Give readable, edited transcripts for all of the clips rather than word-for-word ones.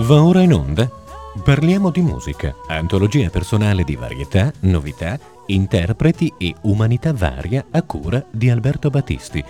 Va ora in onda Parliamo di musica, antologia personale di varietà, novità, interpreti e umanità varia a cura di Alberto Battisti.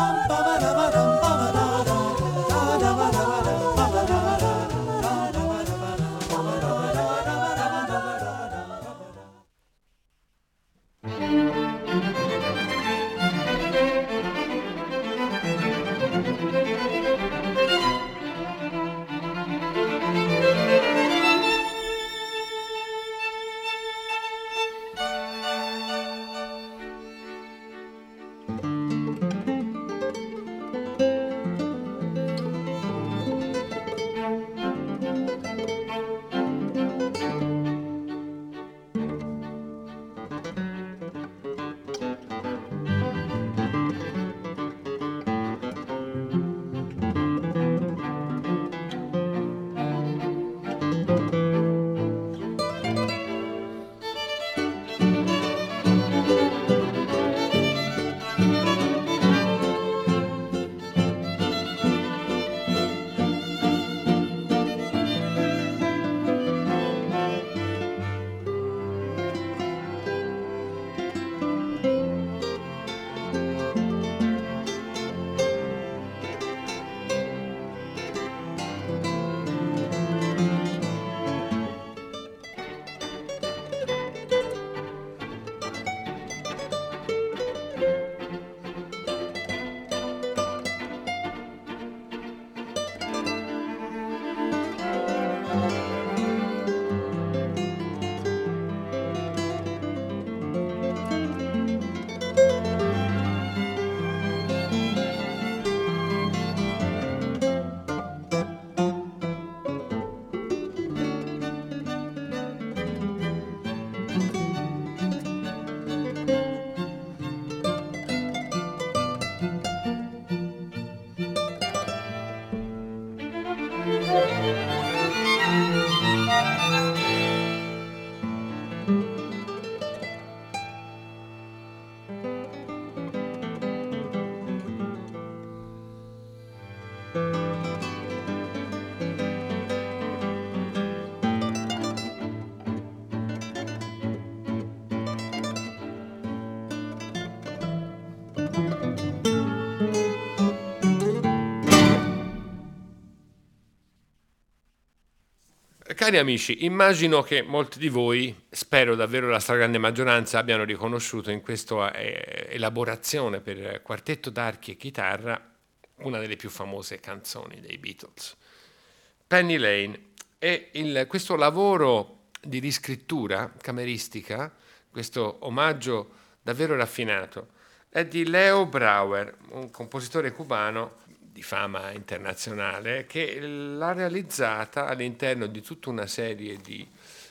Cari amici, immagino che molti di voi, spero davvero la stragrande maggioranza, abbiano riconosciuto in questa elaborazione per quartetto d'archi e chitarra una delle più famose canzoni dei Beatles, Penny Lane. E questo lavoro di riscrittura cameristica, questo omaggio davvero raffinato, è di Leo Brauer, un compositore cubano di fama internazionale, che l'ha realizzata all'interno di tutta una serie di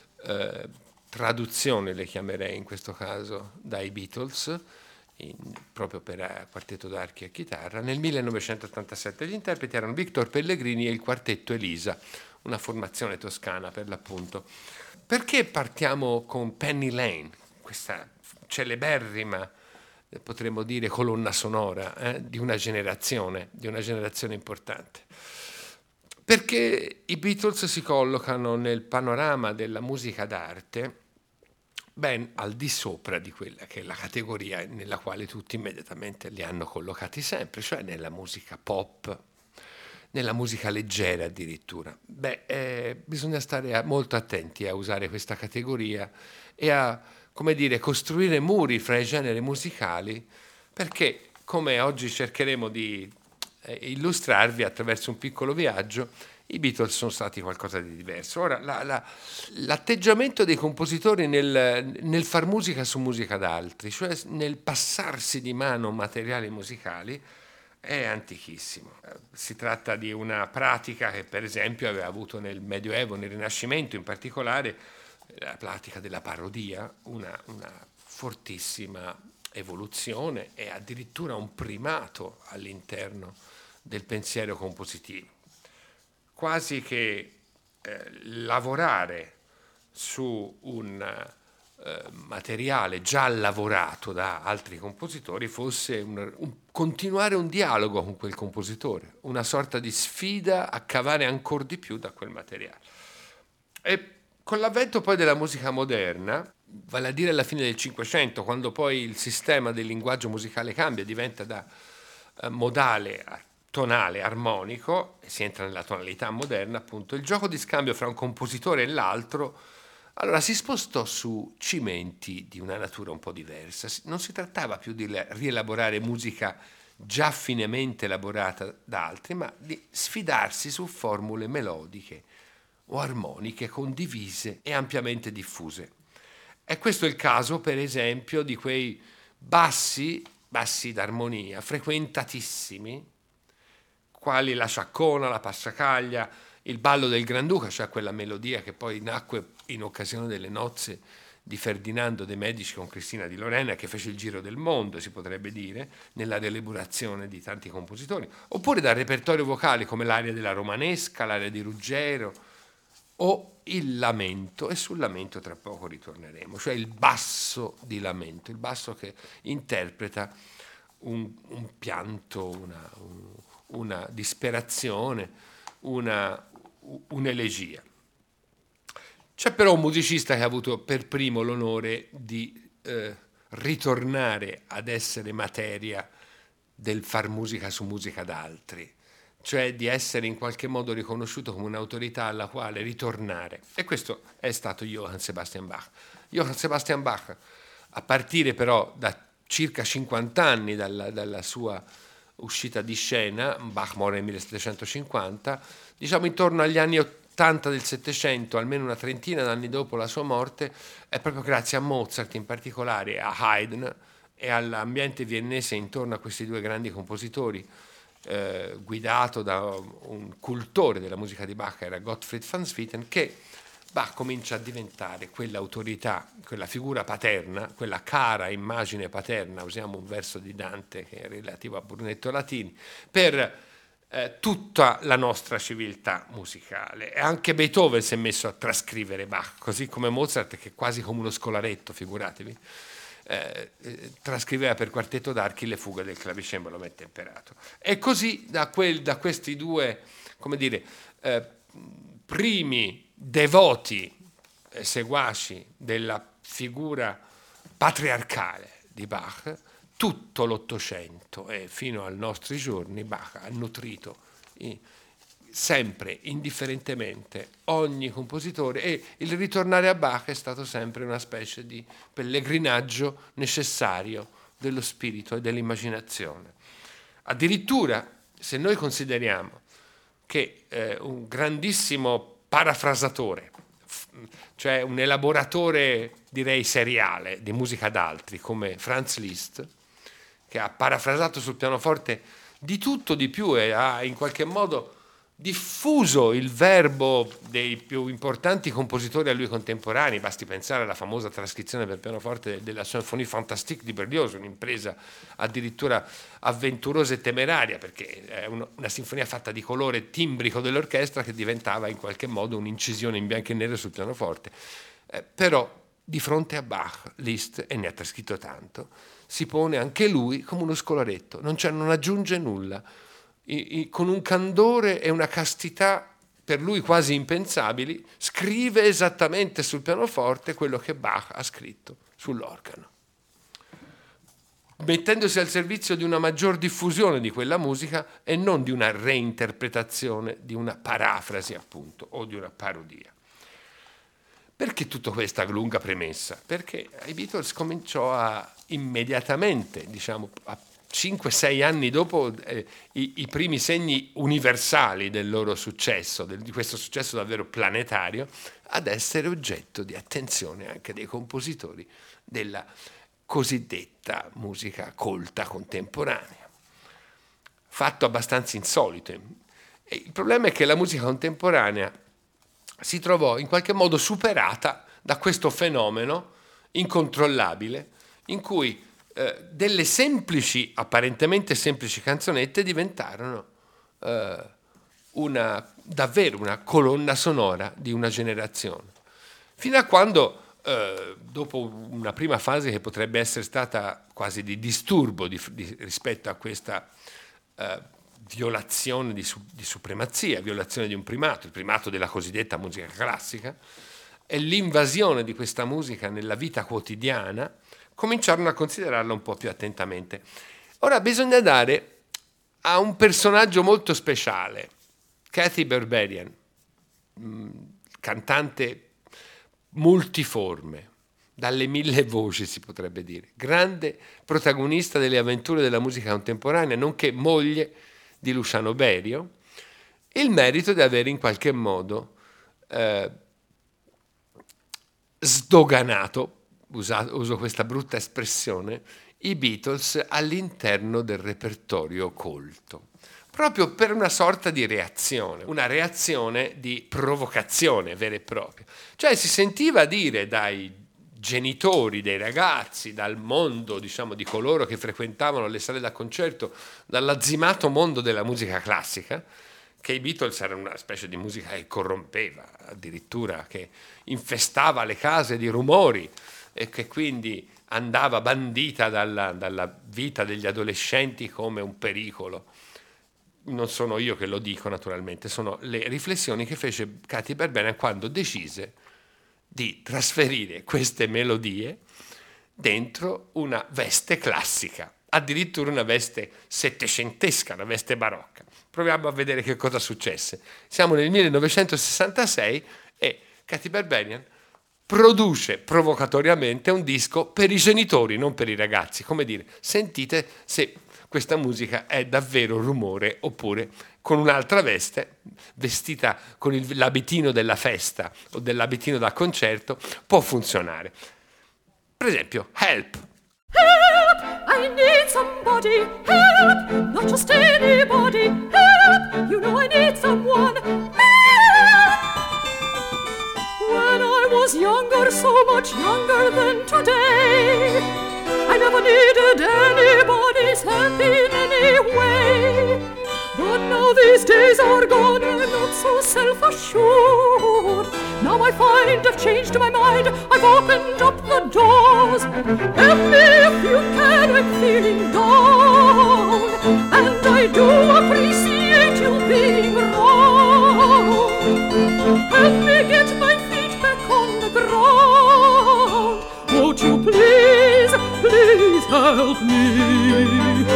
traduzioni, le chiamerei in questo caso, dai Beatles, proprio per quartetto d'archi e chitarra, nel 1987. Gli interpreti erano Victor Pellegrini e il quartetto Elisa, una formazione toscana per l'appunto. Perché partiamo con Penny Lane, questa celeberrima, potremmo dire, colonna sonora di una generazione importante? Perché i Beatles si collocano nel panorama della musica d'arte ben al di sopra di quella che è la categoria nella quale tutti immediatamente li hanno collocati sempre, cioè nella musica pop, nella musica leggera addirittura. Bisogna stare molto attenti a usare questa categoria e a, come dire, costruire muri fra i generi musicali, perché, come oggi cercheremo di illustrarvi attraverso un piccolo viaggio, i Beatles sono stati qualcosa di diverso. Ora, l'atteggiamento dei compositori nel far musica su musica d'altri, cioè nel passarsi di mano materiali musicali, è antichissimo. Si tratta di una pratica che, per esempio, aveva avuto nel Medioevo, nel Rinascimento in particolare, la pratica della parodia, una fortissima evoluzione e addirittura un primato all'interno del pensiero compositivo. Quasi che lavorare su un materiale già lavorato da altri compositori fosse continuare un dialogo con quel compositore, una sorta di sfida a cavare ancora di più da quel materiale. E con l'avvento poi della musica moderna, vale a dire alla fine del Cinquecento, quando poi il sistema del linguaggio musicale cambia, diventa da modale a tonale, armonico, e si entra nella tonalità moderna, appunto, il gioco di scambio fra un compositore e l'altro, allora si spostò su cimenti di una natura un po' diversa. Non si trattava più di rielaborare musica già finemente elaborata da altri, ma di sfidarsi su formule melodiche o armoniche condivise e ampiamente diffuse. E questo è il caso, per esempio, di quei bassi d'armonia frequentatissimi, quali la sciaccona, la passacaglia, il ballo del Granduca, cioè quella melodia che poi nacque in occasione delle nozze di Ferdinando de' Medici con Cristina di Lorena, che fece il giro del mondo, si potrebbe dire, nella rielaborazione di tanti compositori, oppure dal repertorio vocale come l'aria della Romanesca, l'aria di Ruggero o il lamento, e sul lamento tra poco ritorneremo, cioè il basso di lamento, il basso che interpreta un pianto, una disperazione, un'elegia. C'è però un musicista che ha avuto per primo l'onore di ritornare ad essere materia del far musica su musica d'altri, cioè di essere in qualche modo riconosciuto come un'autorità alla quale ritornare. E questo è stato Johann Sebastian Bach. Johann Sebastian Bach, a partire però da circa 50 anni dalla sua uscita di scena, Bach muore nel 1750, diciamo intorno agli anni 80 del Settecento, almeno una trentina d'anni dopo la sua morte, è proprio grazie a Mozart in particolare, a Haydn e all'ambiente viennese intorno a questi due grandi compositori, guidato da un cultore della musica di Bach, era Gottfried van Swieten, che Bach comincia a diventare quell'autorità, quella figura paterna, quella cara immagine paterna, usiamo un verso di Dante che è relativo a Brunetto Latini, per tutta la nostra civiltà musicale. E anche Beethoven si è messo a trascrivere Bach, così come Mozart, che è quasi come uno scolaretto, figuratevi, trascriveva per quartetto d'archi le fughe del clavicembalo mai temperato. E così da questi due, come dire, primi devoti seguaci della figura patriarcale di Bach, tutto l'Ottocento e fino ai nostri giorni Bach ha nutrito sempre, indifferentemente, ogni compositore, e il ritornare a Bach è stato sempre una specie di pellegrinaggio necessario dello spirito e dell'immaginazione. Addirittura, se noi consideriamo che un grandissimo parafrasatore, cioè un elaboratore, direi, seriale di musica d'altri, come Franz Liszt, che ha parafrasato sul pianoforte di tutto di più e ha in qualche modo diffuso il verbo dei più importanti compositori a lui contemporanei. Basti pensare alla famosa trascrizione per pianoforte della Symphonie Fantastique di Berlioz, un'impresa addirittura avventurosa e temeraria, perché è una sinfonia fatta di colore timbrico dell'orchestra che diventava in qualche modo un'incisione in bianco e nero sul pianoforte. Però di fronte a Bach, Liszt, e ne ha trascritto tanto, si pone anche lui come uno scolaretto, non aggiunge nulla, con un candore e una castità per lui quasi impensabili, scrive esattamente sul pianoforte quello che Bach ha scritto sull'organo, mettendosi al servizio di una maggior diffusione di quella musica e non di una reinterpretazione, di una parafrasi appunto, o di una parodia. Perché tutta questa lunga premessa? Perché i Beatles cominciò immediatamente, diciamo, a 5-6 anni dopo i primi segni universali del loro successo, di questo successo davvero planetario, ad essere oggetto di attenzione anche dei compositori della cosiddetta musica colta contemporanea. Fatto abbastanza insolito. E il problema è che la musica contemporanea si trovò in qualche modo superata da questo fenomeno incontrollabile in cui delle apparentemente semplici canzonette diventarono davvero una colonna sonora di una generazione. Fino a quando dopo una prima fase che potrebbe essere stata quasi di disturbo rispetto a questa violazione di supremazia, violazione di un primato, il primato della cosiddetta musica classica, e l'invasione di questa musica nella vita quotidiana, cominciarono a considerarla un po' più attentamente. Ora bisogna dare a un personaggio molto speciale, Kathy Berberian, cantante multiforme, dalle 1000 voci si potrebbe dire, grande protagonista delle avventure della musica contemporanea, nonché moglie di Luciano Berio, il merito di aver in qualche modo sdoganato, uso questa brutta espressione, i Beatles all'interno del repertorio colto, proprio per una sorta di reazione, una reazione di provocazione vera e propria. Cioè si sentiva dire dai genitori dei ragazzi, dal mondo, diciamo, di coloro che frequentavano le sale da concerto, dall'azzimato mondo della musica classica, che i Beatles erano una specie di musica che corrompeva, addirittura che infestava le case di rumori e che quindi andava bandita dalla vita degli adolescenti come un pericolo. Non sono io che lo dico, naturalmente, sono le riflessioni che fece Kathy Berberian quando decise di trasferire queste melodie dentro una veste classica, addirittura una veste settecentesca, una veste barocca. Proviamo a vedere che cosa successe. Siamo nel 1966 e Kathy Berberian produce provocatoriamente un disco per i genitori, non per i ragazzi. Come dire, sentite se questa musica è davvero rumore oppure con un'altra veste, vestita con l'abitino della festa o dell'abitino da concerto, può funzionare. Per esempio, Help. Help, I need somebody. Help, not just anybody. Help, you know I need someone. Help. When I was younger, so much younger than today, I never needed anybody's help in any way. But now these days are gone, I'm not so self-assured. Now I find I've changed my mind, I've opened up the doors. Help me if you can, I'm feeling down, and I do appreciate you being wrong. Help me get my feet back on the ground. Won't you please, please help me?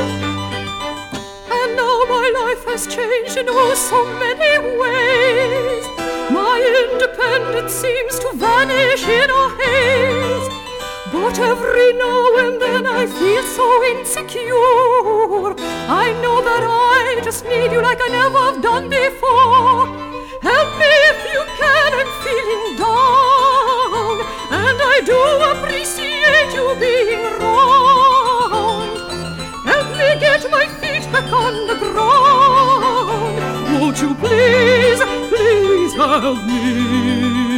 And now my life has changed in oh so many ways. My independence seems to vanish in a haze. But every now and then I feel so insecure. I know that I just need you like I never have done before. Help me if you can, I'm feeling down, and I do appreciate you being wrong. Help me get my feet back on the ground. Won't you please, please help me?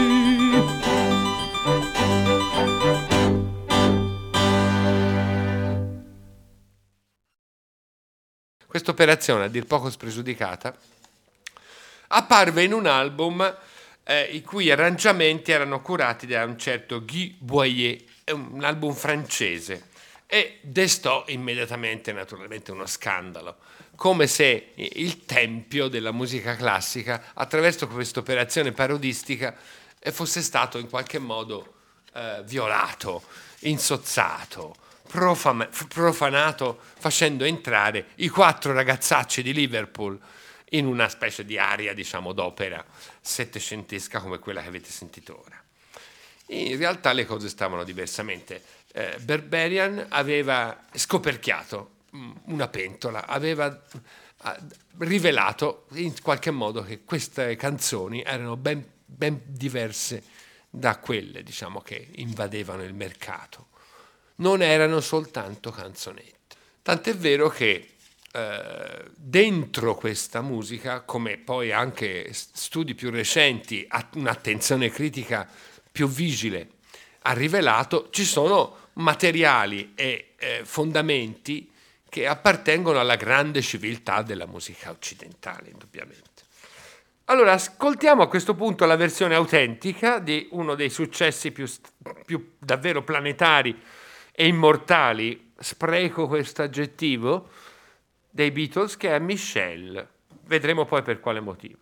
Questa operazione, a dir poco spregiudicata, apparve in un album i cui arrangiamenti erano curati da un certo Guy Boyer, un album francese, e destò immediatamente naturalmente uno scandalo, come se il tempio della musica classica, attraverso questa operazione parodistica, fosse stato in qualche modo violato, insozzato, profanato, facendo entrare i 4 ragazzacci di Liverpool in una specie di aria, diciamo, d'opera settecentesca come quella che avete sentito ora. In realtà le cose stavano diversamente. Berberian aveva scoperchiato una pentola, aveva rivelato in qualche modo che queste canzoni erano ben diverse da quelle, diciamo, che invadevano il mercato. Non erano soltanto canzonette. Tant'è vero che dentro questa musica, come poi anche studi più recenti, un'attenzione critica più vigile ha rivelato, ci sono materiali e fondamenti che appartengono alla grande civiltà della musica occidentale, indubbiamente. Allora, ascoltiamo a questo punto la versione autentica di uno dei successi più davvero planetari e immortali, spreco questo aggettivo, dei Beatles, che è Michelle. Vedremo poi per quale motivo.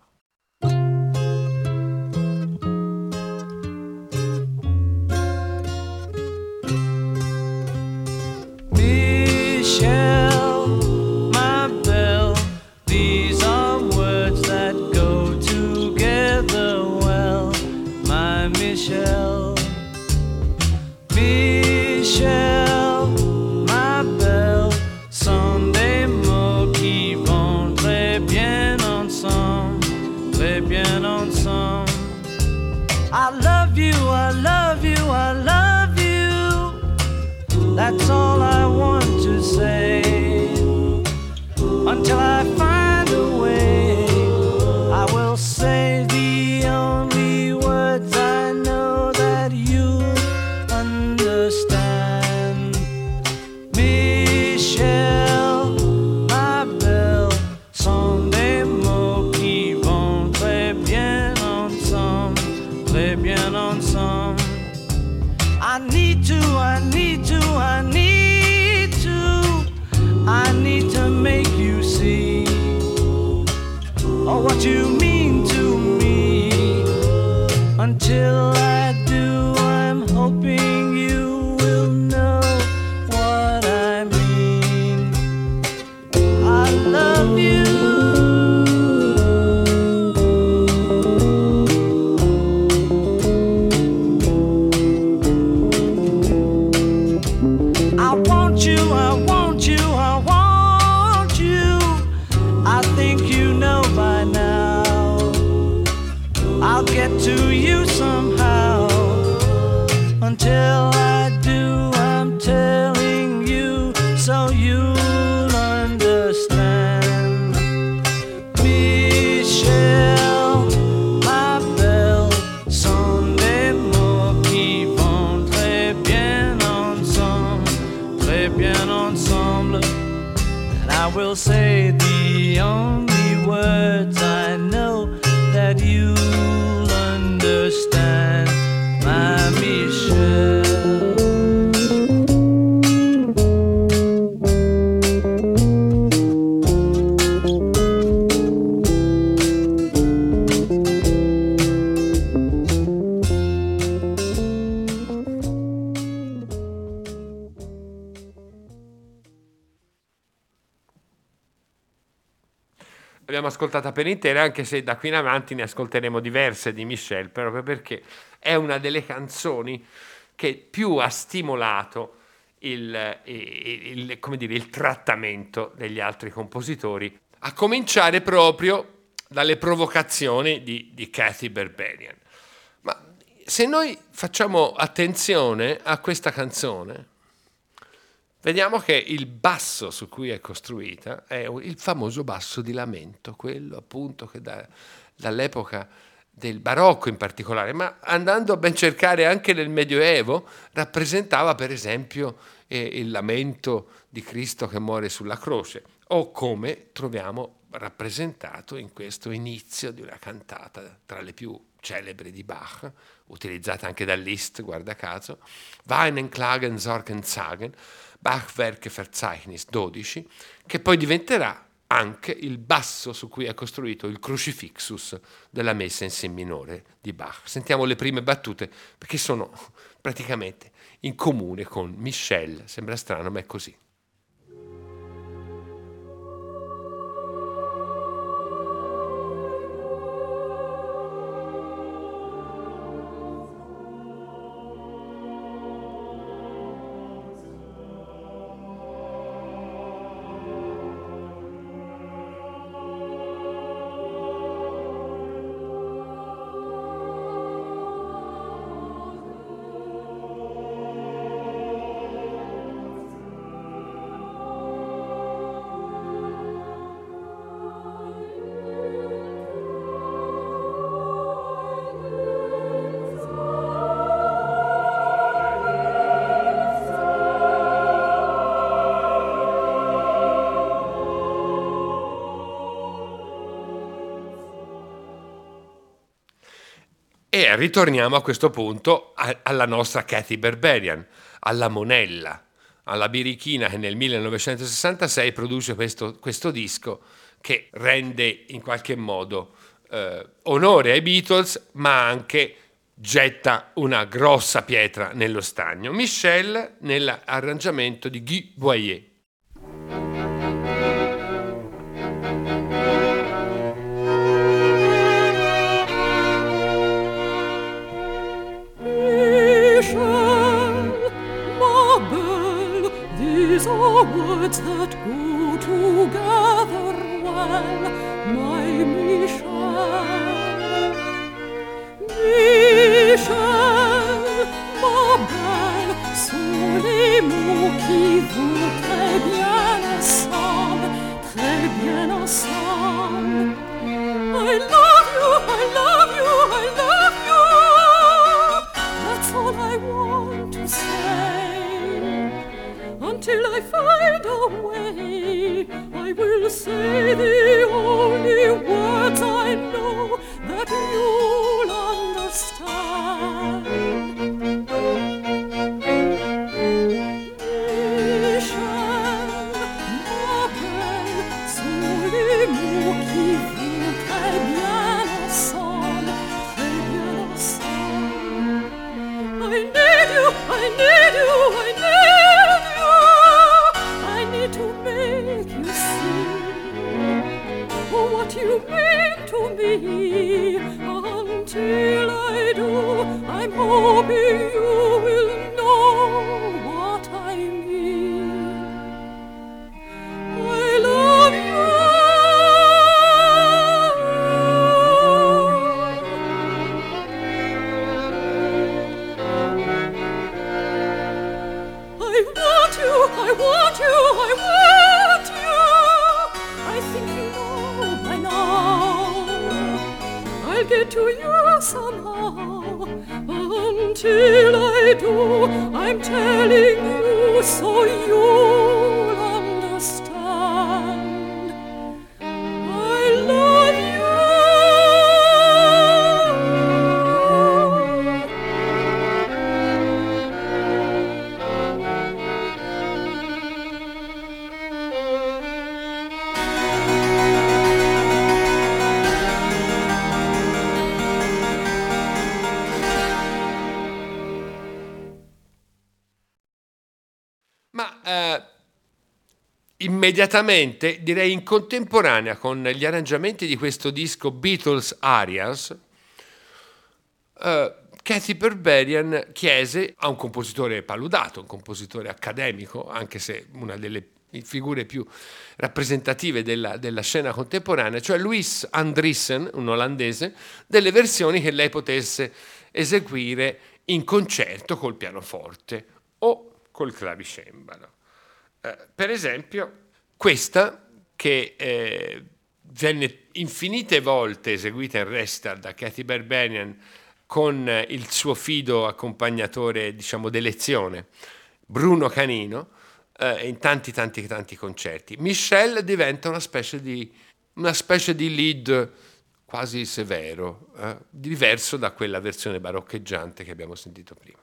That's all I want to say. Until I find a way, I will say the only words I know that you understand. Michelle, ma belle, sont des mots qui vont très bien ensemble, très bien ensemble. I need to make you see what you mean to me. Until I do, I'm hoping you will know what I mean. I love you. To you somehow. Until I do, I'm telling you so you'll understand. Michelle, ma belle, sont des mots qui vont très bien ensemble. And I will say the only words I know that you understand, my Michelle. Abbiamo ascoltata per intera, anche se da qui in avanti ne ascolteremo diverse di Michelle, proprio perché è una delle canzoni che più ha stimolato il trattamento degli altri compositori, a cominciare proprio dalle provocazioni di Kathy Berberian. Ma se noi facciamo attenzione a questa canzone, vediamo che il basso su cui è costruita è il famoso basso di lamento, quello appunto che dall'epoca del barocco in particolare, ma andando a ben cercare anche nel Medioevo, rappresentava per esempio il lamento di Cristo che muore sulla croce, o come troviamo rappresentato in questo inizio di una cantata tra le più celebri di Bach, utilizzata anche da Liszt, guarda caso, Weinen, Klagen, Sorgen, Zagen, Bach-Werke Verzeichnis 12, che poi diventerà anche il basso su cui è costruito il Crucifixus della messa in Si minore di Bach. Sentiamo le prime battute, perché sono praticamente in comune con Michelle. Sembra strano, ma è così. E ritorniamo a questo punto alla nostra Kathy Berberian, alla Monella, alla birichina che nel 1966 produce questo disco che rende in qualche modo onore ai Beatles, ma anche getta una grossa pietra nello stagno. Michel nell'arrangiamento di Guy Boyer. These are words that go together well, my Michel. Michel, ma belle, sont les mots qui vont très bien ensemble, très bien ensemble. I love you, I love you, I love you. That's all I want to say. Until I find a way, I will say the only words I know that you'll understand. Michel, ma belle, sont les mots qui vont très bien ensemble, très bien ensemble. I need you, I need you, I need you. I need to make you see what you mean to me. Until I do, I'm hoping you will know what I mean. I love you. I want you, I want you, I want you. I think you know by now. I'll get to you somehow. Until I do, I'm telling you so you'll understand. I love you. Immediatamente, direi in contemporanea con gli arrangiamenti di questo disco Beatles Arias, Kathy Berberian chiese a un compositore paludato, un compositore accademico, anche se una delle figure più rappresentative della scena contemporanea, cioè Louis Andriessen, un olandese, delle versioni che lei potesse eseguire in concerto col pianoforte o col clavicembalo. Per esempio, questa che venne infinite volte eseguita in recital da Kathy Berberian con il suo fido accompagnatore, diciamo, d'elezione, Bruno Canino, in tanti concerti. Michel diventa una specie di lead quasi severo, diverso da quella versione baroccheggiante che abbiamo sentito prima.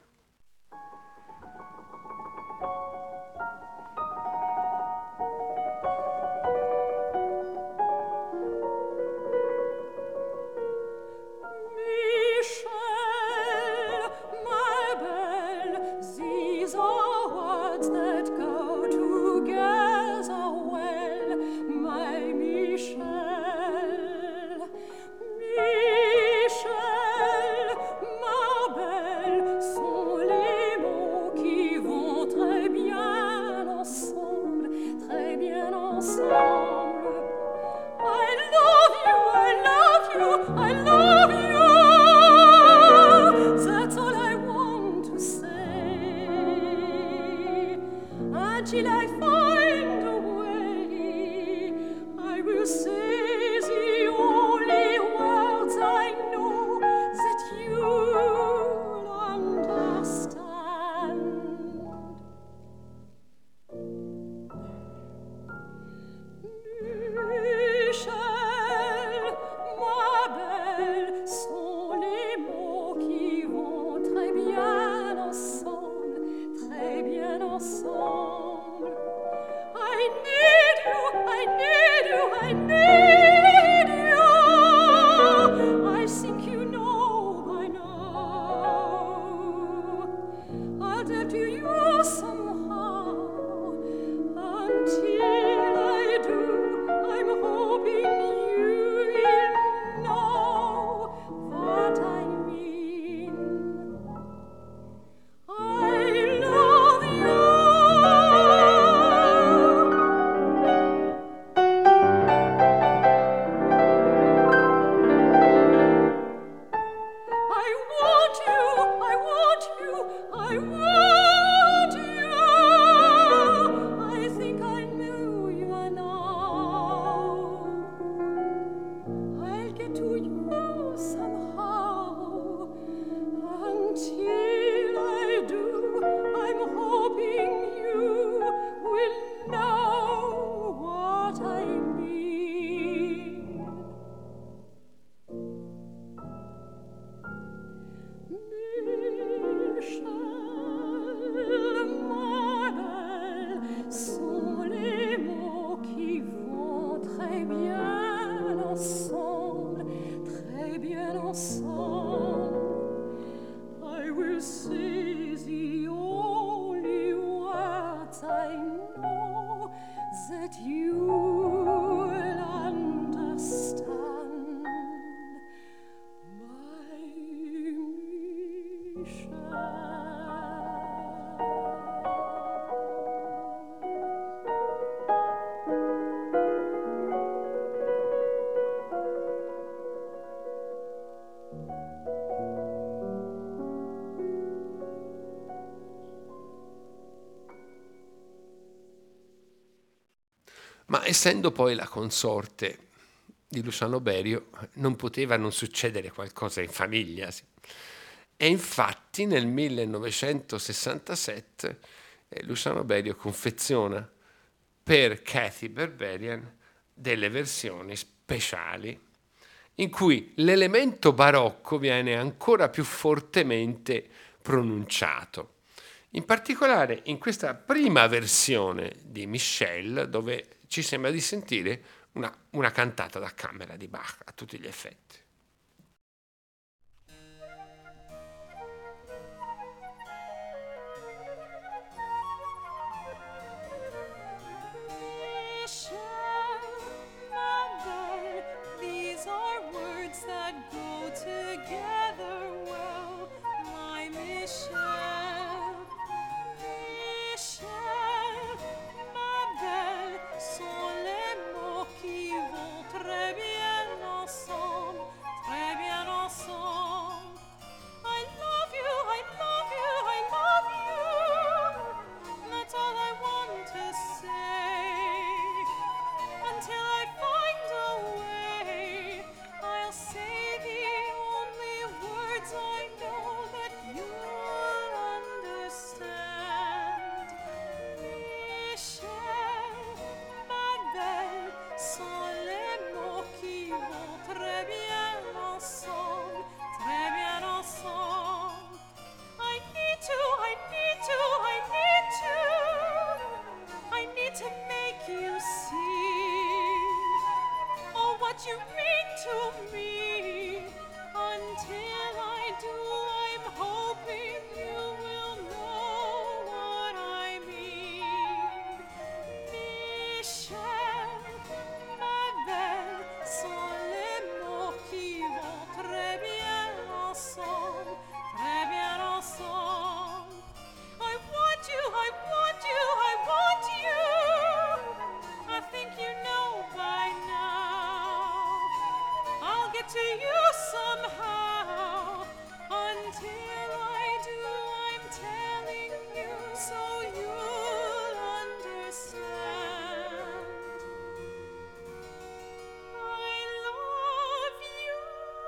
Till I find a way, I will say the only words I know that you'll understand. Michel, ma belle, sont les mots bien ensemble. I need you, I need you, I need you. I think you know by now. I'll tell to you somehow. Until I do, I'm hoping you will know what I mean. I love you. I want you, I want you, I want you. I think I know you are now. I'll get to you somehow. Until I do, I'm hoping you will know what I mean. Michel, ma belle, sont les mots qui vont très bien ensemble, très bien ensemble. I will say the only words I know that you will understand. My Ma essendo poi la consorte di Luciano Berio, non poteva non succedere qualcosa in famiglia. E infatti nel 1967 Luciano Berio confeziona per Kathy Berberian delle versioni speciali in cui l'elemento barocco viene ancora più fortemente pronunciato. In particolare in questa prima versione di Michel, dove ci sembra di sentire una cantata da camera di Bach a tutti gli effetti. These are words that go together well, my Michel. Michel, ma belle, sont les mots qui vont très bien ensemble, très bien ensemble. I love you, I love you, I love you. That's all I want to say. Until I find a way, I'll say the only words I know that you'll understand. Michel, ma belle, sont les mots qui vont très bien ensemble, très bien ensemble. I need to, I need to, I need to. I need to make you see oh what you mean to me. Until I do, I'm hoping you will know what I mean. Michel, ma belle, sont les mots qui vont très bien ensemble, très bien ensemble. I want you, I want you, I want you. I think you know by now. I'll get to you somehow. Until I do, I'm telling you so you'll understand. I love you.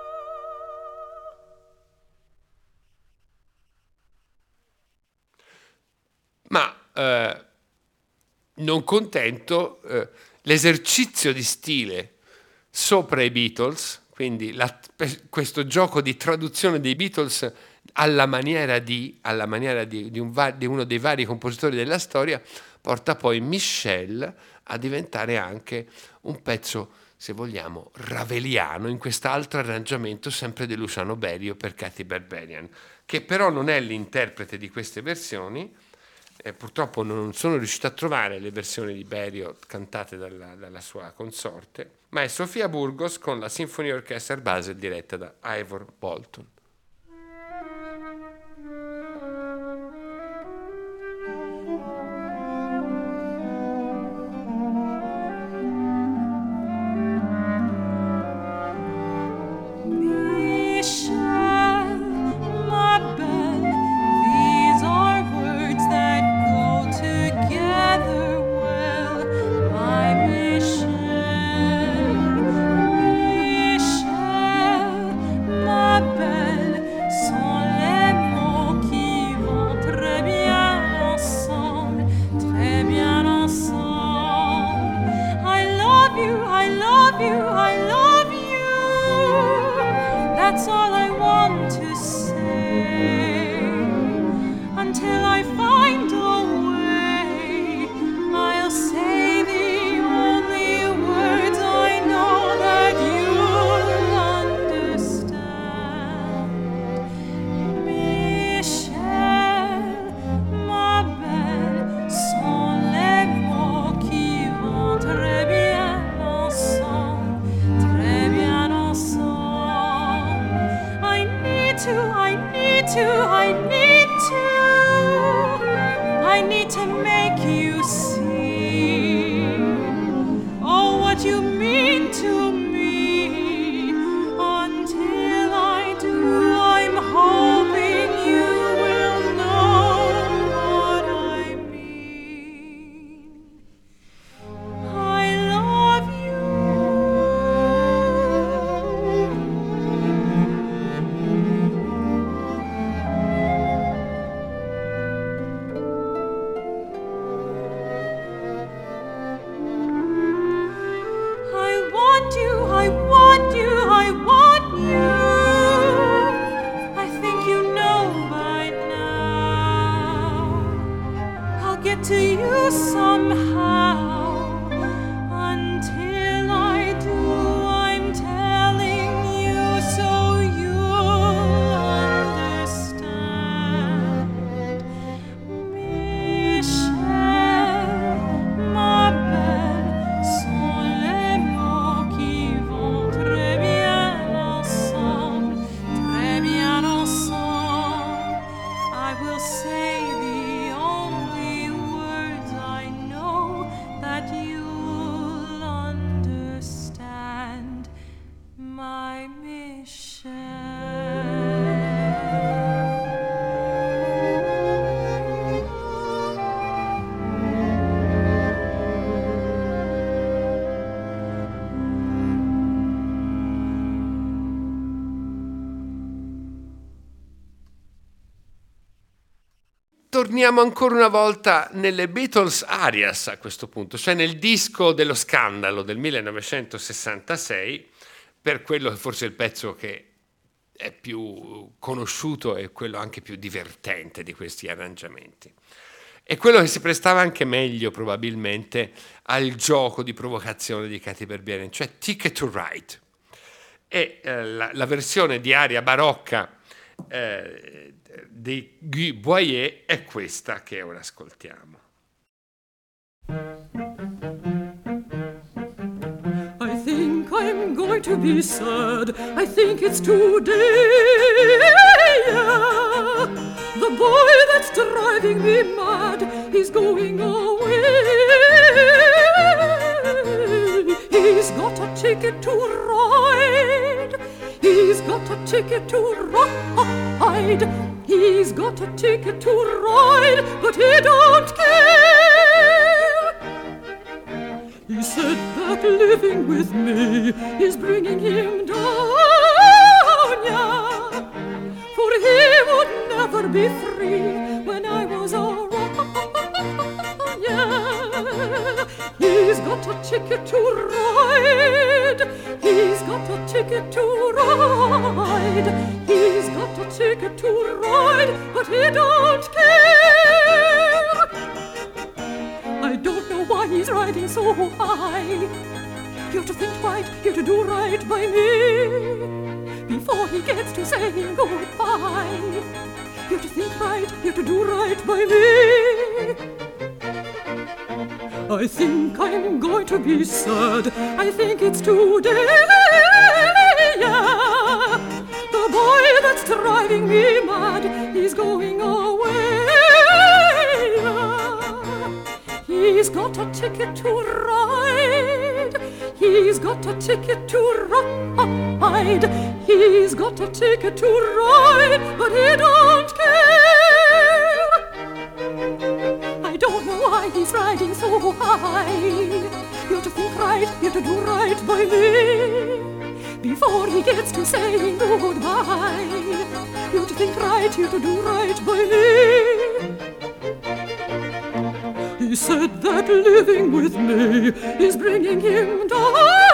Ma non contento, l'esercizio di stile sopra i Beatles, quindi questo gioco di traduzione dei Beatles alla maniera di uno dei vari compositori della storia, porta poi Michel a diventare anche un pezzo, se vogliamo, raveliano in quest'altro arrangiamento sempre di Luciano Berio per Katy Berberian, che però non è l'interprete di queste versioni. Purtroppo non sono riuscito a trovare le versioni di Berio cantate dalla sua consorte, ma è Sofia Burgos con la Symphony Orchestra Basel diretta da Ivor Bolton. Torniamo ancora una volta nelle Beatles Arias a questo punto, cioè nel disco dello scandalo del 1966, per quello che forse è il pezzo che è più conosciuto e quello anche più divertente di questi arrangiamenti. È quello che si prestava anche meglio probabilmente al gioco di provocazione di Katy Berberian, cioè Ticket to Ride. E la versione di aria barocca di Guy Boyer è questa che ora ascoltiamo. I think I'm going to be sad. I think it's today. Yeah. The boy that's driving me mad is going away. He's got a ticket to ride. He's got a ticket to ride. He's got a ticket to ride, but he don't care. He said that living with me is bringing him down, yeah. For he would never be free when I was around, yeah. He's got a ticket to ride. He's got a ticket to ride. He's got a a ticket to ride, but he don't care. I don't know why he's riding so high. You're to think right, you're to do right by me before he gets to saying goodbye. You're to think right, you're to do right by me. I think I'm going to be sad. I think it's today. Yeah. The boy that's driving me mad, he's going away. He's got a ticket to ride. He's got a ticket to ride. He's got a ticket to ride, but he don't care. I don't know why he's riding so high. You're to think right, you're to do right by me before he gets to saying goodbye. You're to think right, you're to do right by me. He said that living with me is bringing him down,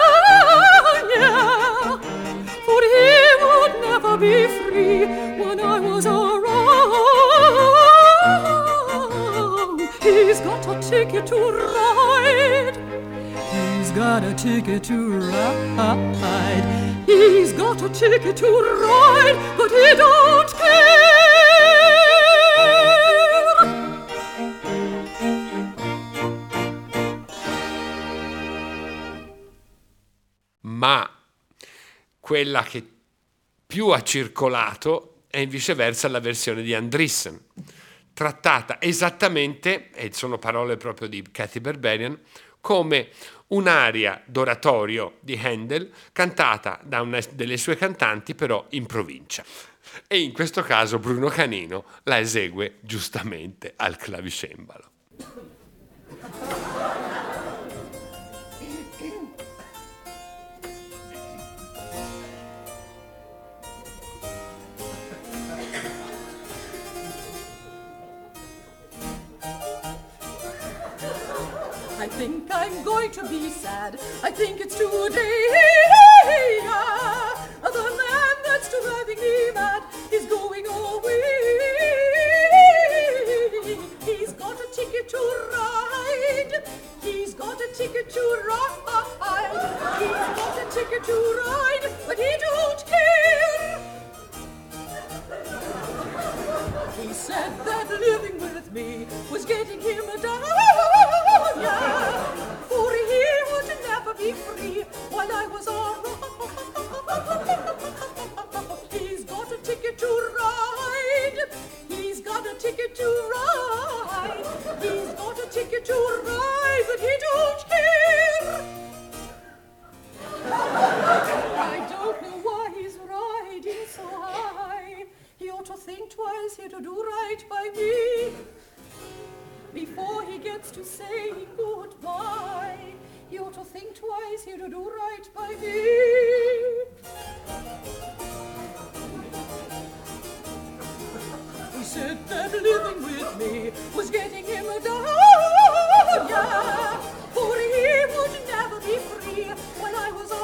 yeah, for he would never be free when I was around. He's got a ticket to ride. He's got a ticket to ride. He's got a ticket to ride, but he don't care. Ma quella che più ha circolato è viceversa la versione di Andriessen, trattata esattamente, e sono parole proprio di Kathy Berberian, come un'aria d'oratorio di Handel cantata da una delle sue cantanti però in provincia. E in questo caso Bruno Canino la esegue giustamente al clavicembalo. I think I'm going to be sad. I think it's today. The man that's driving me mad is going away. He's got a ticket to ride. He's got a ticket to ride. He's got a ticket to ride, but he don't care. He said that living with me was getting him down, yeah, for he would never be free while I was around. He's got a ticket to ride. He's got a ticket to ride. He's got a ticket to ride, but he don't care. I don't know why he's riding so high. He ought to think twice, he ought to do right by me before he gets to saying goodbye. He ought to think twice, he ought to do right by me. He said that living with me was getting him down, yeah, for he would never be free when I was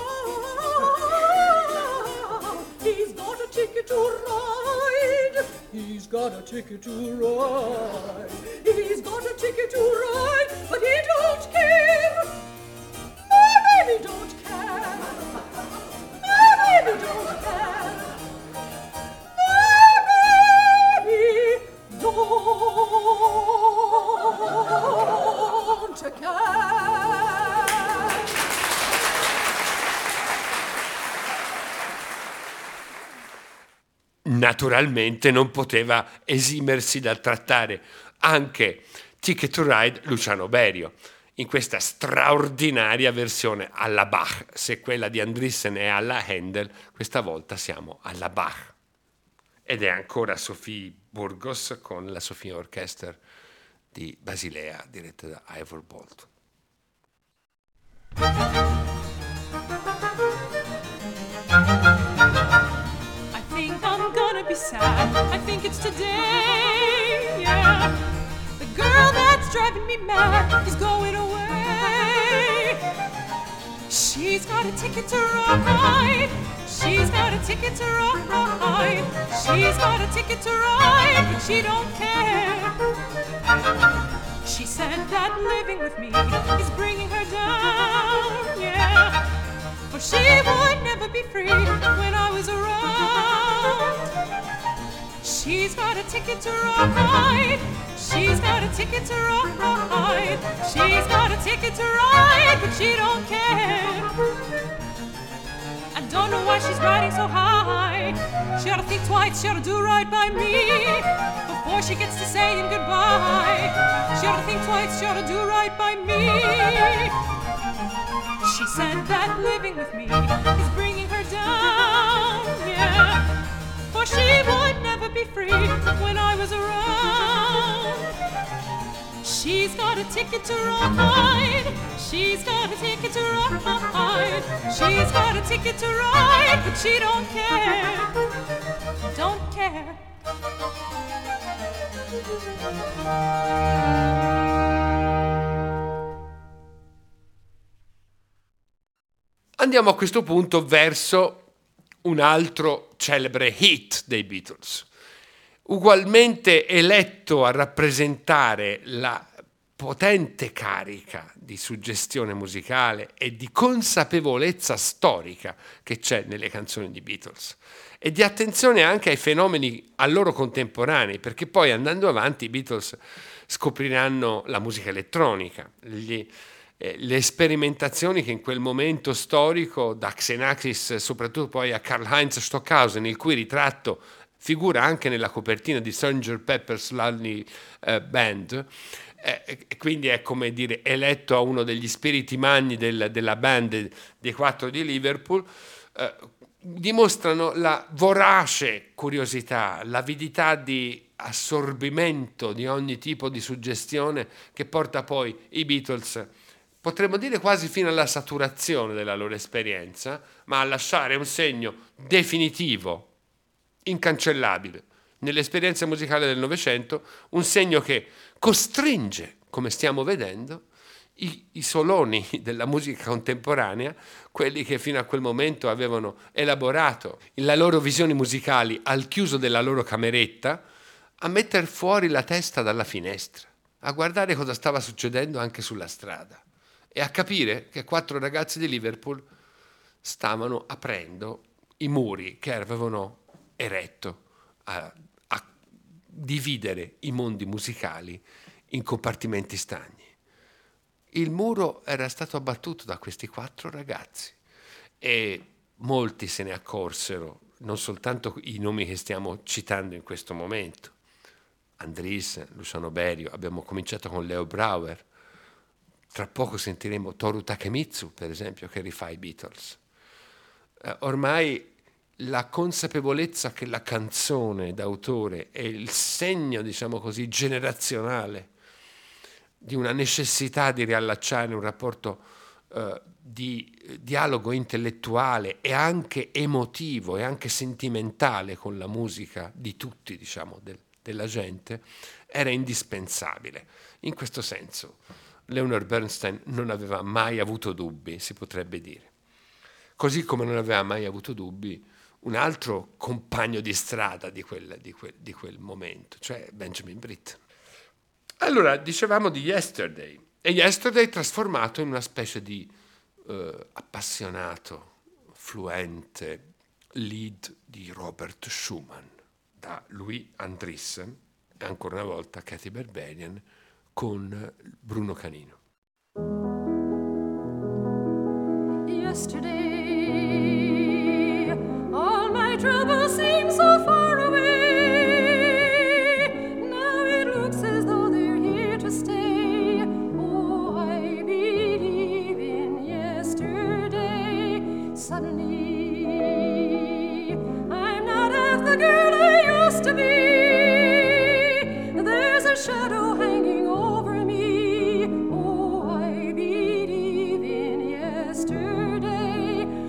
around. He's got a ticket to ride. He's got a ticket to ride. He's got a ticket to ride, but he don't care. My baby don't care. My baby don't care. My baby don't care. Naturalmente non poteva esimersi dal trattare anche Ticket to Ride Luciano Berio in questa straordinaria versione alla Bach. Se quella di Andriessen è alla Handel, questa volta siamo alla Bach. Ed è ancora Sophie Burgos con la Sophia Orchestra di Basilea diretta da Ivor Bolt. I think I'm gonna be sad. I think it's today, yeah. The girl that's driving me mad is going away. She's got a ticket to ride. She's got a ticket to ride. She's got a ticket to ride, but she don't care. She said that living with me is bringing her down, yeah. For she would never be free when I was around. She's got a ticket to ride. She's got a ticket to ride. She's got a ticket to ride, but she don't care. I don't know why she's riding so high. She ought to think twice, she ought to do right by me before she gets to saying goodbye. She ought to think twice, she ought to do right by me. She said that living with me is bringing her down, yeah. For she would never be free when I was around. She's got a ticket to ride. She's got a ticket to ride. She's got a ticket to ride, but she don't care. Don't care. Andiamo a questo punto verso un altro celebre hit dei Beatles, ugualmente eletto a rappresentare la potente carica di suggestione musicale e di consapevolezza storica che c'è nelle canzoni di Beatles e di attenzione anche ai fenomeni a loro contemporanei, perché poi andando avanti i Beatles scopriranno la musica elettronica, le sperimentazioni che in quel momento storico da Xenakis soprattutto poi a Karl-Heinz Stockhausen, il cui ritratto figura anche nella copertina di Sgt. Pepper's Lonely Band, quindi è come dire eletto a uno degli spiriti magni della band dei 4 di Liverpool, dimostrano la vorace curiosità, l'avidità di assorbimento di ogni tipo di suggestione che porta poi i Beatles, potremmo dire quasi fino alla saturazione della loro esperienza, ma a lasciare un segno definitivo, incancellabile, nell'esperienza musicale del Novecento, un segno che costringe, come stiamo vedendo, i soloni della musica contemporanea, quelli che fino a quel momento avevano elaborato le loro visioni musicali al chiuso della loro cameretta, a mettere fuori la testa dalla finestra, a guardare cosa stava succedendo anche sulla strada e a capire che 4 ragazzi di Liverpool stavano aprendo i muri che avevano eretto a dividere i mondi musicali in compartimenti stagni. Il muro era stato abbattuto da questi 4 ragazzi e molti se ne accorsero, non soltanto i nomi che stiamo citando in questo momento, Andriessen, Luciano Berio, abbiamo cominciato con Leo Brouwer, tra poco sentiremo Toru Takemitsu, per esempio, che rifà i Beatles. Ormai la consapevolezza che la canzone d'autore è il segno, diciamo così, generazionale di una necessità di riallacciare un rapporto di dialogo intellettuale e anche emotivo e anche sentimentale con la musica di tutti, diciamo, della gente, era indispensabile. In questo senso Leonard Bernstein non aveva mai avuto dubbi, si potrebbe dire. Così come non aveva mai avuto dubbi un altro compagno di strada di quel momento, cioè Benjamin Britten. Allora, dicevamo di Yesterday, e Yesterday trasformato in una specie di appassionato, fluente lead di Robert Schumann, da Louis Andriessen e ancora una volta Kathy Berberian con Bruno Canino. Yesterday, all my troubles seem so far away. Now it looks as though they're here to stay. Oh, I believe in yesterday. Suddenly, I'm not half the girl I used to be. There's a shadow hanging over me. Oh, I believe in yesterday.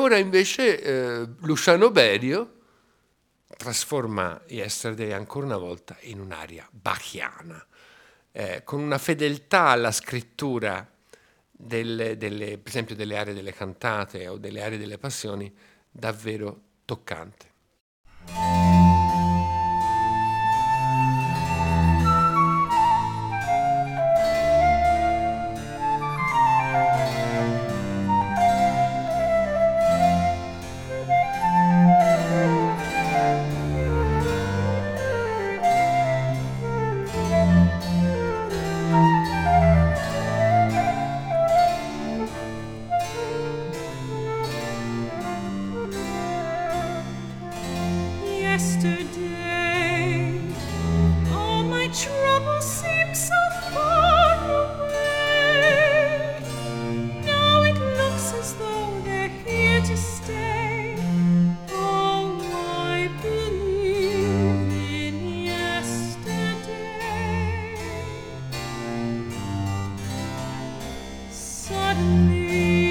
ora invece Luciano Berio trasforma Yesterday ancora una volta in un'aria bachiana, con una fedeltà alla scrittura per esempio delle arie delle cantate o delle arie delle passioni davvero toccante. Yesterday, all my troubles seem so far away. Now it looks as though they're here to stay. Oh, I believe in yesterday. Suddenly,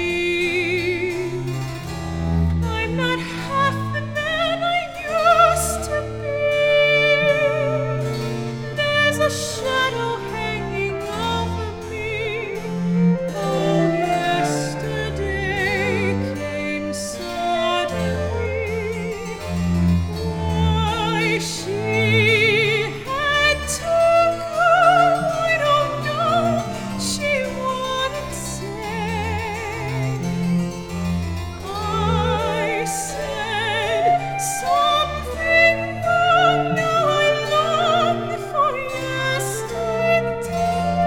I'm not half the man I used to be. There's a shadow hanging over me. Oh, yesterday came suddenly. Why she had to go, I don't know. She wouldn't say. I said something wrong. Now I long for yesterday.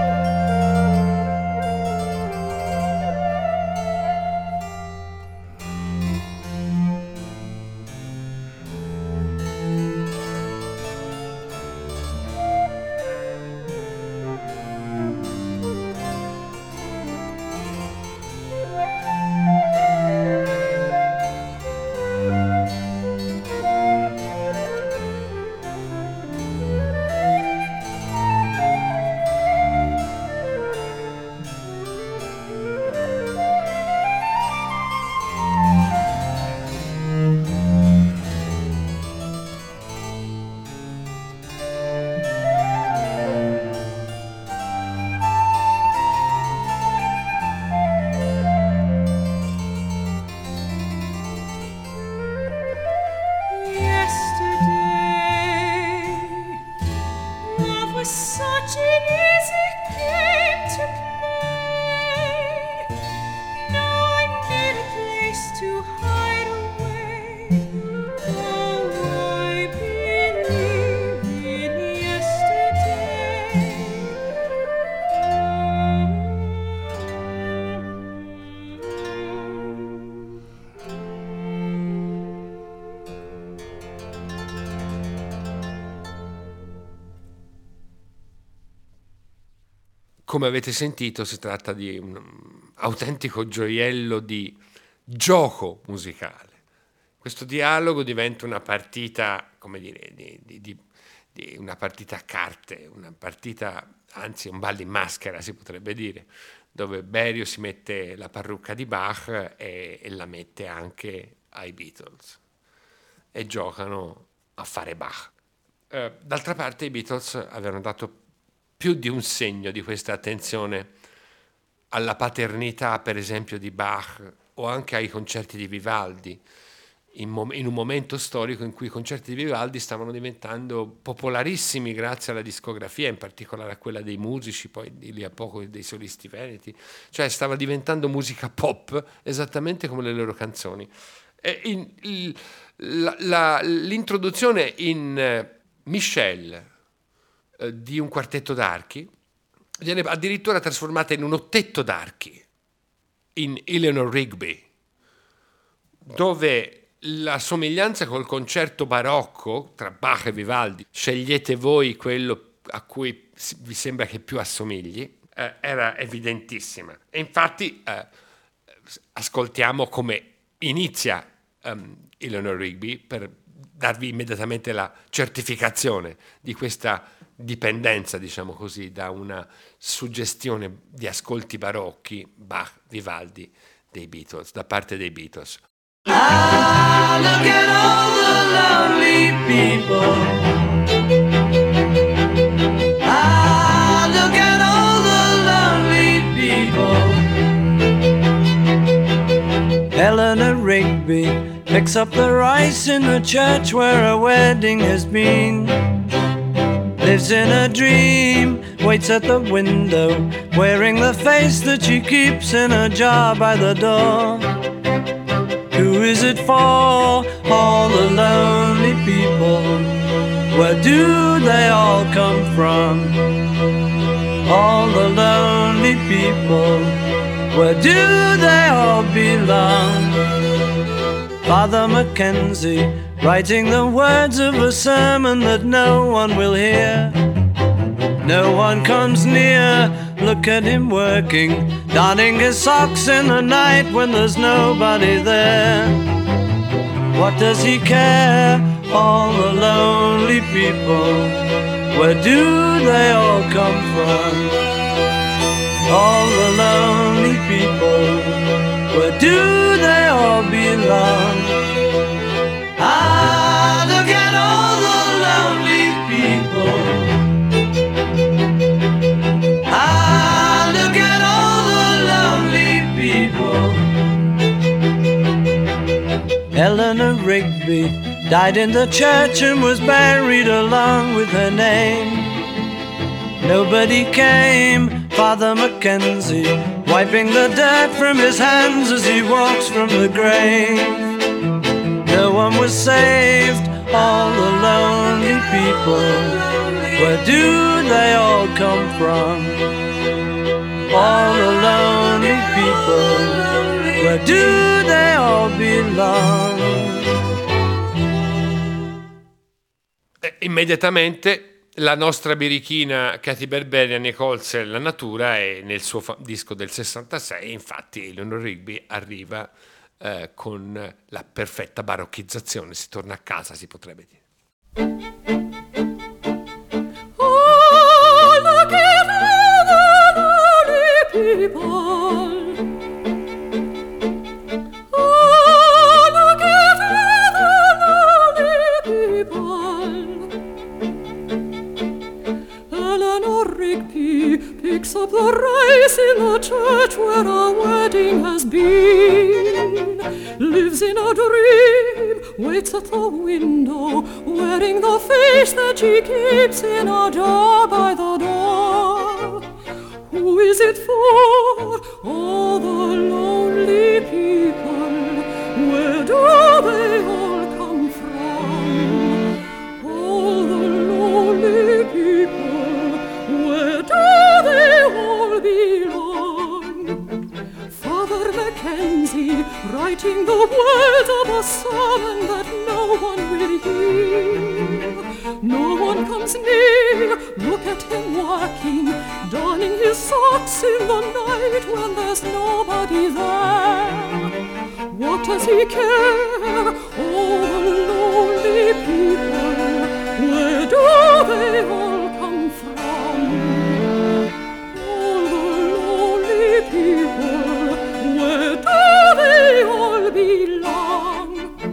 Yesterday, love was such an easy game to play. Now I need a place to hide away. Oh, I believe in yesterday. Come avete sentito, si tratta di un autentico gioiello di gioco musicale. Questo dialogo diventa una partita, come dire, di una partita a carte, una partita, anzi un ballo in maschera si potrebbe dire, dove Berio si mette la parrucca di Bach e la mette anche ai Beatles e giocano a fare Bach. D'altra parte i Beatles avevano dato più di un segno di questa attenzione alla paternità, per esempio, di Bach o anche ai concerti di Vivaldi, in un momento storico in cui i concerti di Vivaldi stavano diventando popolarissimi grazie alla discografia, in particolare a quella dei musici, poi di lì a poco dei solisti veneti, cioè stava diventando musica pop esattamente come le loro canzoni. L'introduzione in Michel di un quartetto d'archi viene addirittura trasformata in un ottetto d'archi in Eleanor Rigby, dove la somiglianza col concerto barocco tra Bach e Vivaldi, scegliete voi quello a cui vi sembra che più assomigli, era evidentissima. E infatti ascoltiamo come inizia Eleanor Rigby per darvi immediatamente la certificazione di questa dipendenza, diciamo così, da una suggestione di ascolti barocchi, Bach, Vivaldi, dei Beatles, da parte dei Beatles. Ah, look at all the lonely people. Ah, look at all the lonely people. Eleanor Rigby picks up the rice in the church where a wedding has been. Lives in a dream, waits at the window, wearing the face that she keeps in a jar by the door. Who is it for? All the lonely people. Where do they all come from? All the lonely people. Where do they all belong? Father Mackenzie, writing the words of a sermon that no one will hear. No one comes near, look at him working, darning his socks in the night when there's nobody there. What does he care? All the lonely people, where do they all come from? All the lonely people, where do they all belong? Ah, look at all the lonely people. Ah, look at all the lonely people. Eleanor Rigby died in the church and was buried along with her name. Nobody came, Father Mackenzie, wiping the dirt from his hands as he walks from the grave. No one was saved, all the lonely people. Where do they all come from? All the lonely people. Where do they all belong? Immediatamente la nostra birichina Katy Berberian ne colse la natura e nel suo disco del 66 infatti Eleanor Rigby arriva con la perfetta barocchizzazione, si torna a casa, si potrebbe dire. Oh, look at all the lonely people. Oh, look at all the lonely people. Eleanor Rigby picks up the rice in the church where a wedding has been. Lives in a dream, waits at the window, wearing the face that she keeps in a jar by the door. Who is it for? All the lonely people. Where do they all come from? All the lonely people. Where do they all belong? Father Mackenzie, writing the words of a sermon that no one will hear. No one comes near, look at him working, donning his socks in the night when there's nobody there. What does he care? All the lonely people, where do they all come from? All the lonely people, where do they all belong?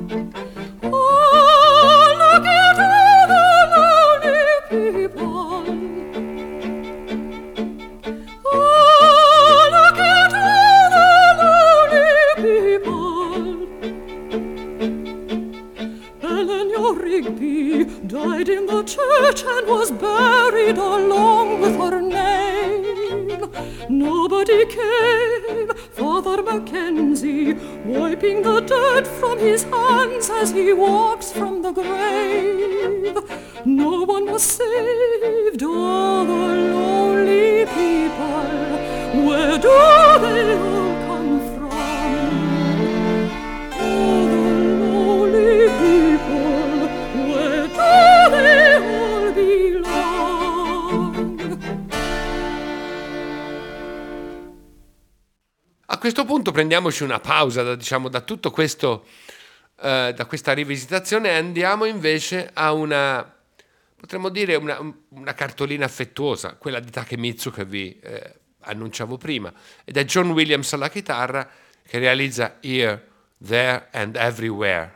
Oh, look at all the lonely people. Oh, look at all the lonely people. Eleanor Rigby died in the church and was buried along with her name. Nobody came, Father Mackenzie, wiping the dirt from his hands as he walks from the grave. No one was saved, all the lonely people. Where do they all come from? All the lonely people. Where do they all belong? A questo punto prendiamoci una pausa da tutto questo, da questa rivisitazione, e andiamo invece a potremmo dire una cartolina affettuosa, quella di Takemitsu che vi annunciavo prima, ed è John Williams alla chitarra che realizza Here There and Everywhere.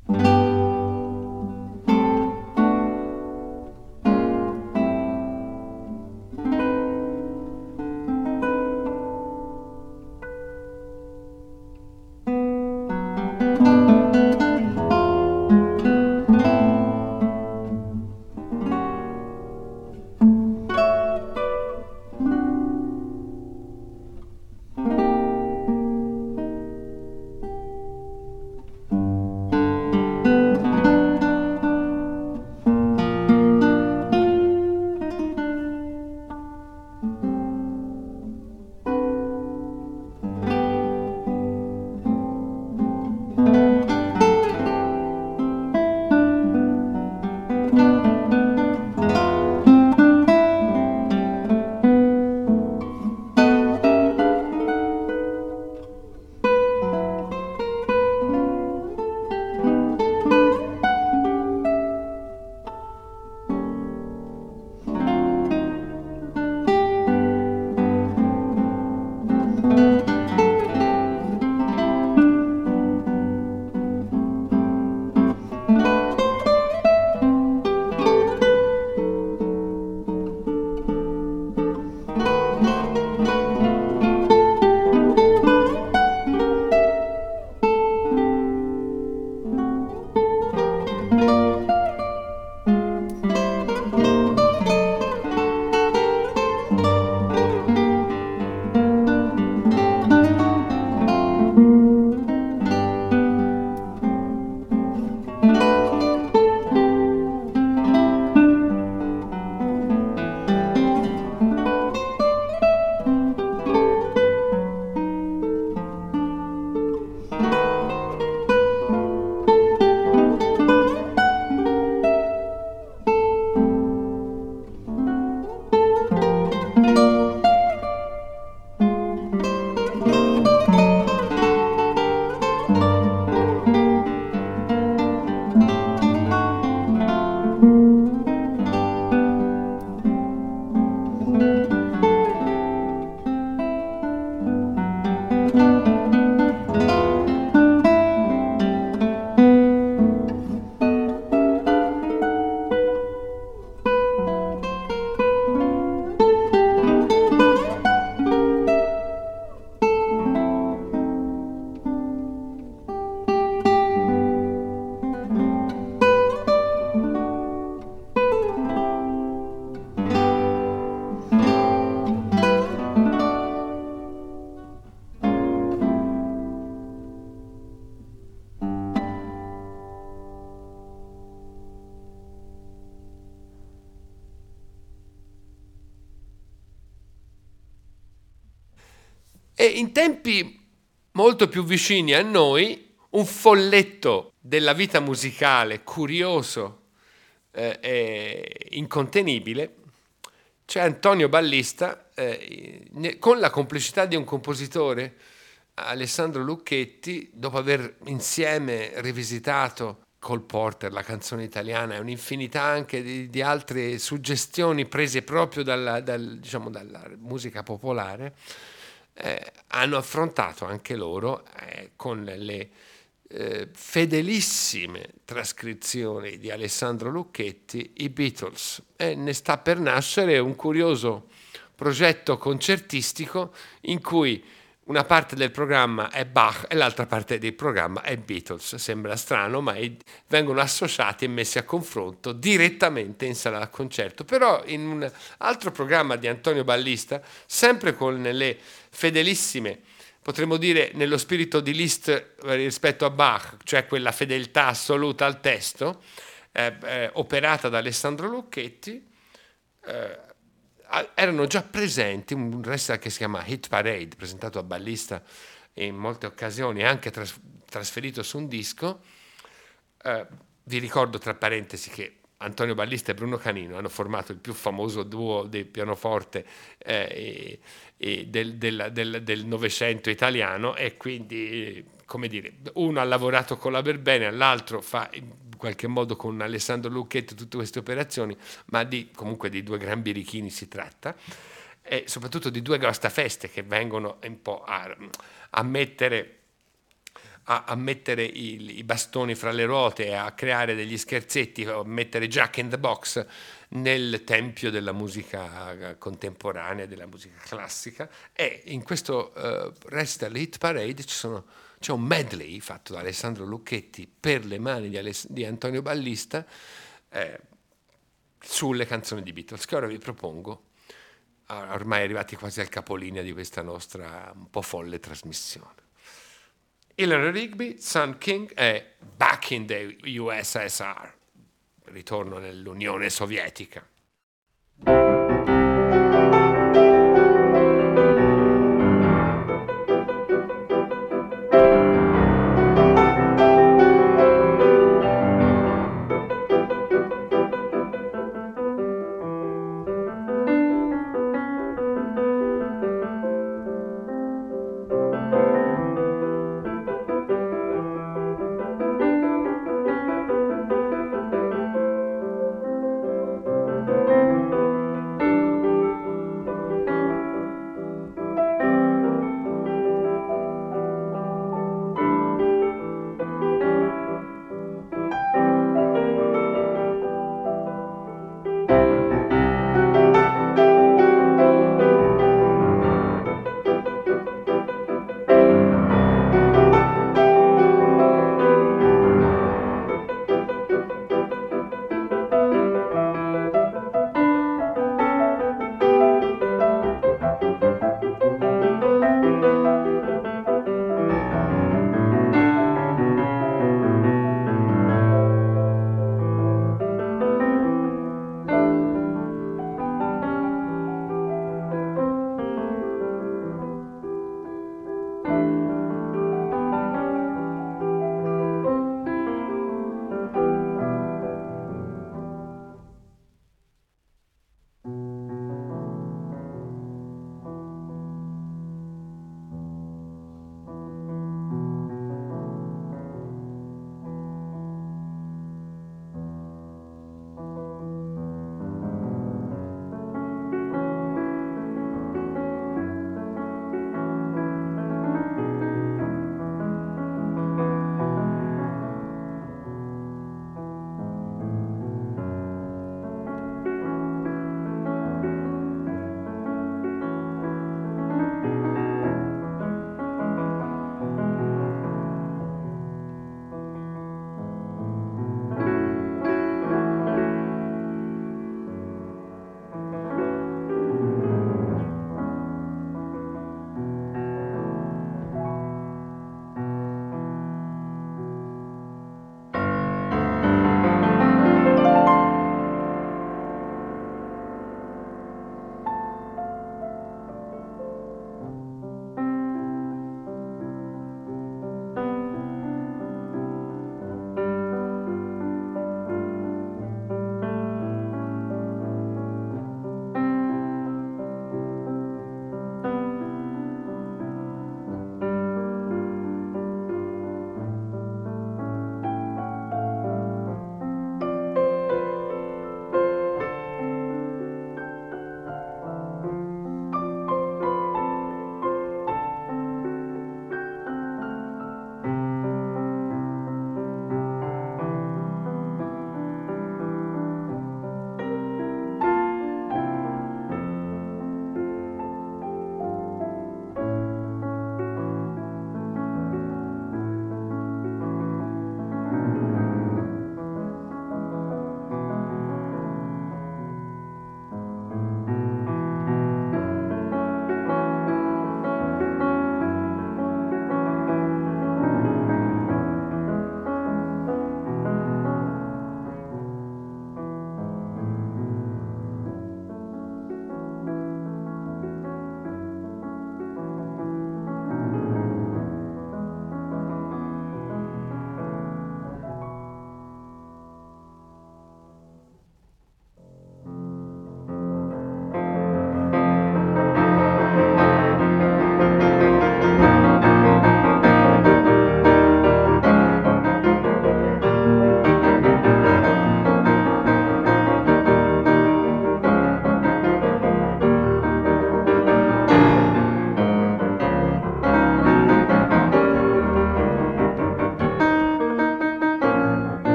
E in tempi molto più vicini a noi, un folletto della vita musicale, curioso e incontenibile, c'è Antonio Ballista, con la complicità di un compositore, Alessandro Lucchetti, dopo aver insieme rivisitato Cole Porter, la canzone italiana, e un'infinità anche di altre suggestioni prese proprio dalla musica popolare, hanno affrontato anche loro con le fedelissime trascrizioni di Alessandro Lucchetti i Beatles, e ne sta per nascere un curioso progetto concertistico in cui una parte del programma è Bach e l'altra parte del programma è Beatles. Sembra strano, ma vengono associati e messi a confronto direttamente in sala da concerto. Però in un altro programma di Antonio Ballista, sempre con le fedelissime, potremmo dire nello spirito di Liszt rispetto a Bach, cioè quella fedeltà assoluta al testo, operata da Alessandro Lucchetti, erano già presenti un resta che si chiama Hit Parade, presentato a Ballista in molte occasioni, anche trasferito su un disco. Vi ricordo tra parentesi che Antonio Ballista e Bruno Canino hanno formato il più famoso duo del pianoforte del Novecento italiano, e quindi, come dire, uno ha lavorato con la Berbene, l'altro fa in qualche modo con Alessandro Lucchetti tutte queste operazioni, ma comunque di due gran birichini si tratta, e soprattutto di due guastafeste che vengono un po' a mettere a mettere i bastoni fra le ruote, a creare degli scherzetti, a mettere Jack in the Box nel tempio della musica contemporanea, della musica classica. E in questo Recital Hit Parade c'è un medley fatto da Alessandro Lucchetti per le mani di Antonio Ballista sulle canzoni di Beatles, che ora vi propongo, ormai arrivati quasi al capolinea di questa nostra un po' folle trasmissione. Eleanor Rigby, Sun King e Back in the USSR, ritorno nell'Unione Sovietica.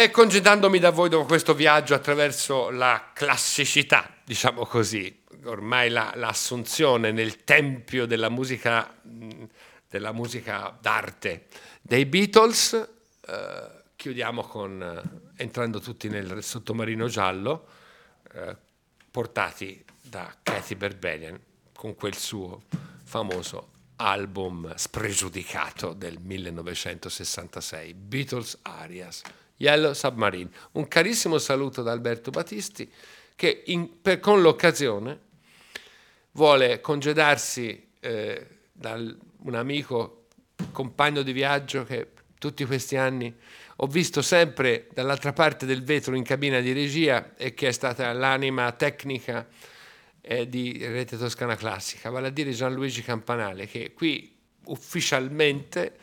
E congedandomi da voi dopo questo viaggio attraverso la classicità, diciamo così, ormai l'assunzione nel tempio della musica d'arte dei Beatles, chiudiamo entrando tutti nel sottomarino giallo, portati da Kathy Berberian con quel suo famoso album spregiudicato del 1966, Beatles Arias, Yellow Submarine. Un carissimo saluto da Alberto Battisti, che con l'occasione vuole congedarsi da un amico, compagno di viaggio che tutti questi anni ho visto sempre dall'altra parte del vetro in cabina di regia e che è stata l'anima tecnica di Rete Toscana Classica, vale a dire Gianluigi Campanale, che qui ufficialmente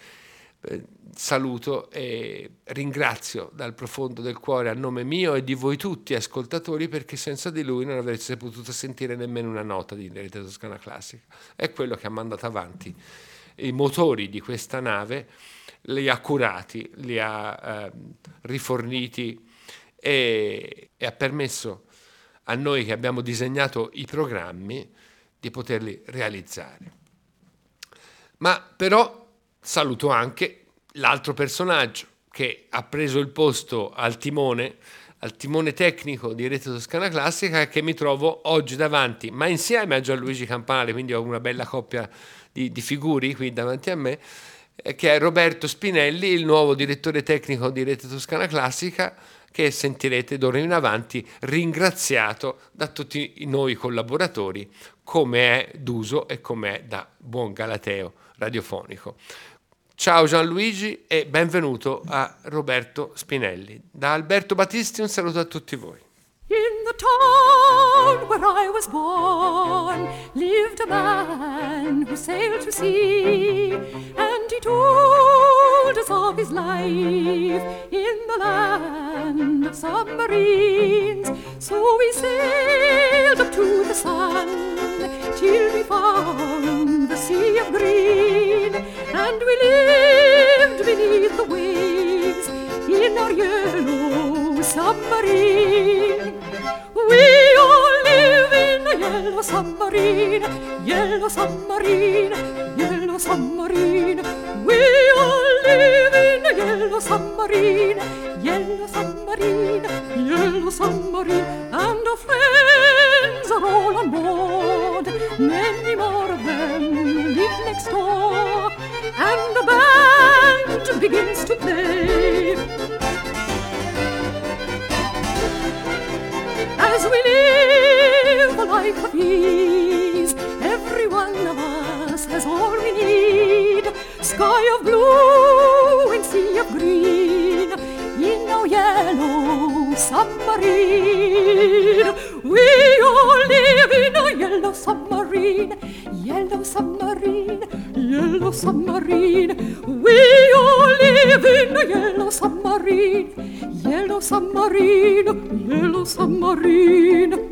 saluto e ringrazio dal profondo del cuore a nome mio e di voi tutti ascoltatori, perché senza di lui non avreste potuto sentire nemmeno una nota di Rete Toscana Classica. È quello che ha mandato avanti i motori di questa nave, li ha curati, li ha riforniti e ha permesso a noi che abbiamo disegnato i programmi di poterli realizzare. Ma però saluto anche l'altro personaggio che ha preso il posto al timone tecnico di Rete Toscana Classica e che mi trovo oggi davanti, ma insieme a Gianluigi Campanale, quindi ho una bella coppia di figuri qui davanti a me, che è Roberto Spinelli, il nuovo direttore tecnico di Rete Toscana Classica, che sentirete d'ora in avanti ringraziato da tutti noi collaboratori, come è d'uso e come è da buon galateo radiofonico. Ciao Gianluigi e benvenuto a Roberto Spinelli. Da Alberto Battisti un saluto a tutti voi. In the town where I was born lived a man who sailed to sea, and he told us of his life in the land of submarines. So we sailed up to the sun till we found the sea of green, and we lived beneath the waves in our yellow submarine. We all live in a yellow submarine, yellow submarine, yellow submarine. We all live in a yellow submarine, yellow submarine, yellow submarine. And our friends are all on board, many more of them live next door, and the band begins to play. As we live a life of ease, every one of us has all we need. Sky of blue and sea of green in our yellow submarine. We all live in a yellow submarine, yellow submarine, yellow submarine. We all live in a yellow submarine, yellow submarine, yellow submarine.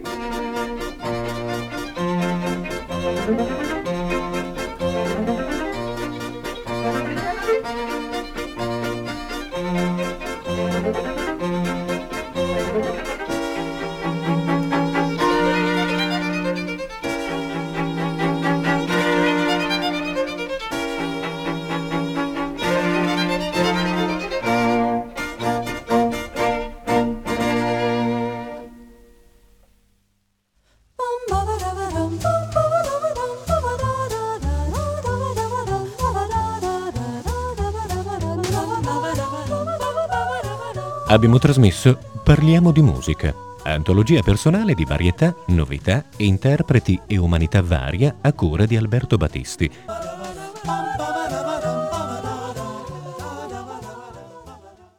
Abbiamo trasmesso Parliamo di musica, antologia personale di varietà, novità, interpreti e umanità varia a cura di Alberto Battisti.